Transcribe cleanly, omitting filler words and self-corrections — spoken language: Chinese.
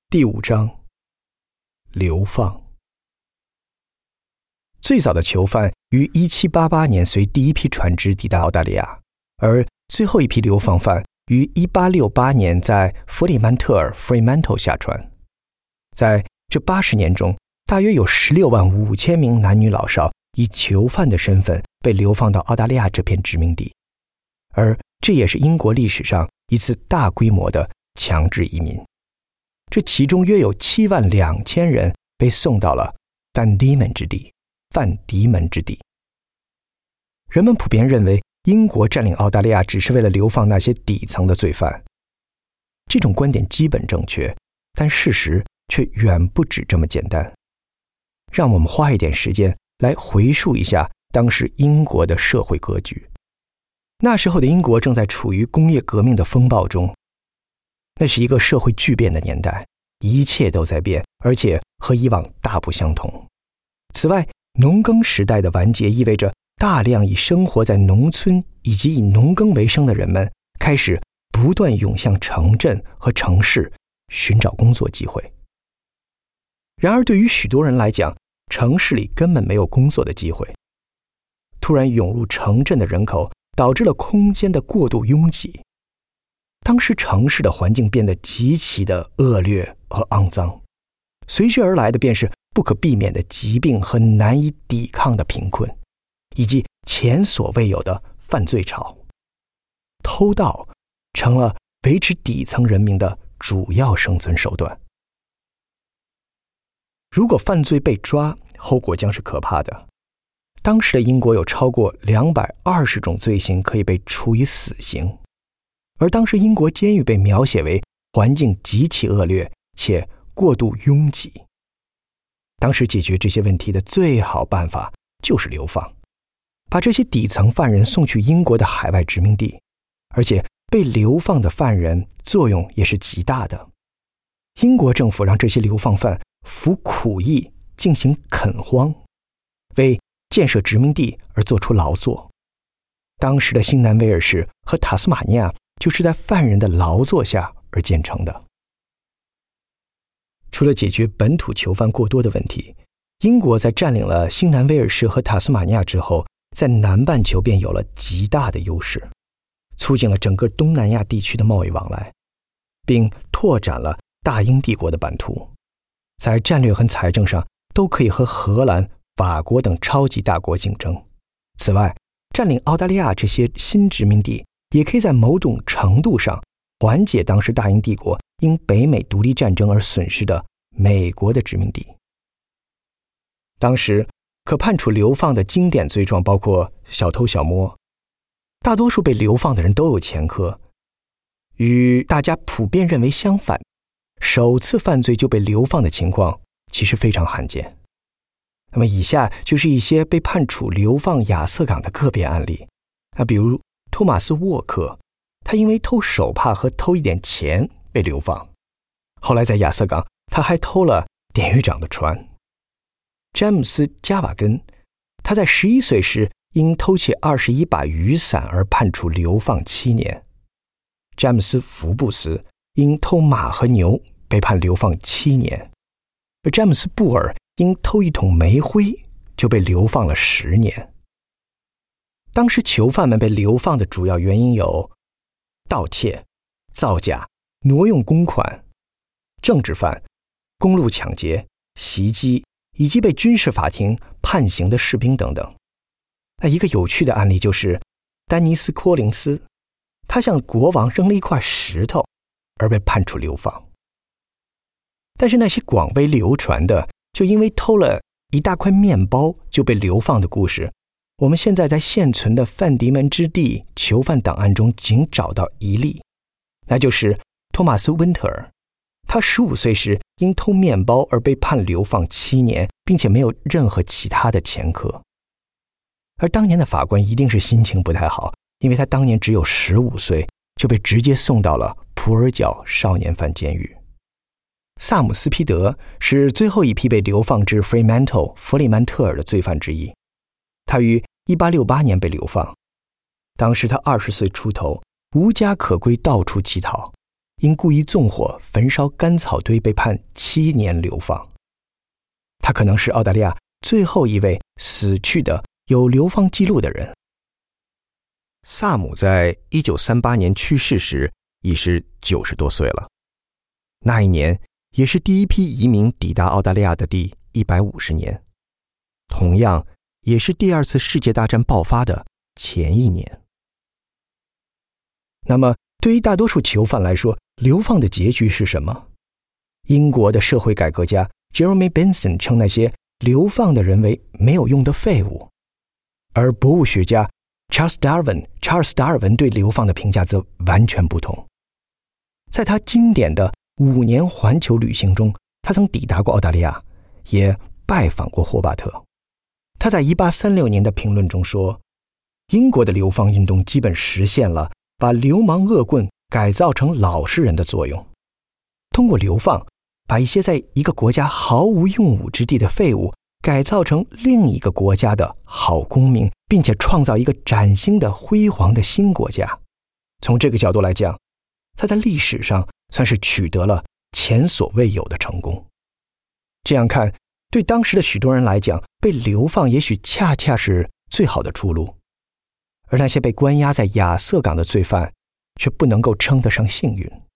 第5章，流放。最早的囚犯于1788年随第一批船只抵达澳大利亚，而最后一批流放犯于1868年在弗里曼特尔 Fremantle 下船。在这80年中，大约有16万5千名男女老少以囚犯的身份被流放到澳大利亚这片殖民地，而这也是英国历史上一次大规模的强制移民。这其中约有7万2千人被送到了范迪门之地。人们普遍认为英国占领澳大利亚只是为了流放那些底层的罪犯。这种观点基本正确，但事实却远不止这么简单。让我们花一点时间来回溯一下当时英国的社会格局。那时候的英国正在处于工业革命的风暴中，那是一个社会巨变的年代，一切都在变，而且和以往大不相同。此外，农耕时代的完结意味着大量以生活在农村以及以农耕为生的人们开始不断涌向城镇和城市寻找工作机会。然而对于许多人来讲，城市里根本没有工作的机会。突然涌入城镇的人口导致了空间的过度拥挤，当时城市的环境变得极其的恶劣和肮脏，随之而来的便是不可避免的疾病和难以抵抗的贫困，以及前所未有的犯罪潮。偷盗成了维持底层人民的主要生存手段。如果犯罪被抓，后果将是可怕的。当时的英国有超过220种罪行可以被处以死刑，而当时英国监狱被描写为环境极其恶劣且过度拥挤。当时解决这些问题的最好办法就是流放，把这些底层犯人送去英国的海外殖民地，而且被流放的犯人作用也是极大的。英国政府让这些流放犯服苦役，进行垦荒，为建设殖民地而做出劳作。当时的新南威尔士和塔斯马尼亚就是在犯人的劳作下而建成的。除了解决本土囚犯过多的问题，英国在占领了新南威尔士和塔斯马尼亚之后，在南半球便有了极大的优势，促进了整个东南亚地区的贸易往来，并拓展了大英帝国的版图，在战略和财政上都可以和荷兰、法国等超级大国竞争。此外，占领澳大利亚这些新殖民地也可以在某种程度上缓解当时大英帝国因北美独立战争而损失的美国的殖民地。当时可判处流放的经典罪状包括小偷小摸，大多数被流放的人都有前科。与大家普遍认为相反，首次犯罪就被流放的情况其实非常罕见。那么以下就是一些被判处流放亚瑟港的个别案例。比如托马斯·沃克，他因为偷手帕和偷一点钱被流放，后来在亚瑟港他还偷了典狱长的船。詹姆斯·加瓦根，他在11岁时因偷窃21把雨伞而判处流放7年。詹姆斯·福布斯因偷马和牛被判流放7年，而詹姆斯·布尔因偷一桶煤灰就被流放了10年。当时囚犯们被流放的主要原因有盗窃、造假、挪用公款、政治犯、公路抢劫、袭击，以及被军事法庭判刑的士兵等等。那一个有趣的案例就是丹尼斯·柯林斯，他向国王扔了一块石头而被判处流放。但是那些广为流传的就因为偷了一大块面包就被流放的故事，我们现在在现存的范迪门之地囚犯档案中仅找到一例，那就是托马斯·温特尔。他15岁时因偷面包而被判流放7年，并且没有任何其他的前科。而当年的法官一定是心情不太好，因为他当年只有15岁就被直接送到了普洱角少年犯监狱。萨姆斯皮德是最后一批被流放至 Fremantle 弗里曼特尔的罪犯之一，他于1868年被流放。当时他20岁出头，无家可归，到处乞讨， 因故意纵火焚烧干草堆被判7年流放。他可能是澳大利亚最后一位死去的有流放记录的人。萨姆在1938年去世时已是90多岁了，那一年也是第一批移民抵达澳大利亚的第150年，同样也是第2次世界大战爆发的前一年。那么对于大多数囚犯来说，流放的结局是什么？英国的社会改革家 Jeremy Bentham 称那些流放的人为没有用的废物，而博物学家查尔斯·达尔文对流放的评价则完全不同。在他经典的5年环球旅行中，他曾抵达过澳大利亚，也拜访过霍巴特。他在1836年的评论中说，英国的流放运动基本实现了把流氓恶棍改造成老实人的作用。通过流放，把一些在一个国家毫无用武之地的废物改造成另一个国家的好公民，并且创造一个崭新的辉煌的新国家。从这个角度来讲，他在历史上算是取得了前所未有的成功。这样看，对当时的许多人来讲，被流放也许恰恰是最好的出路，而那些被关押在亚瑟港的罪犯却不能够称得上幸运。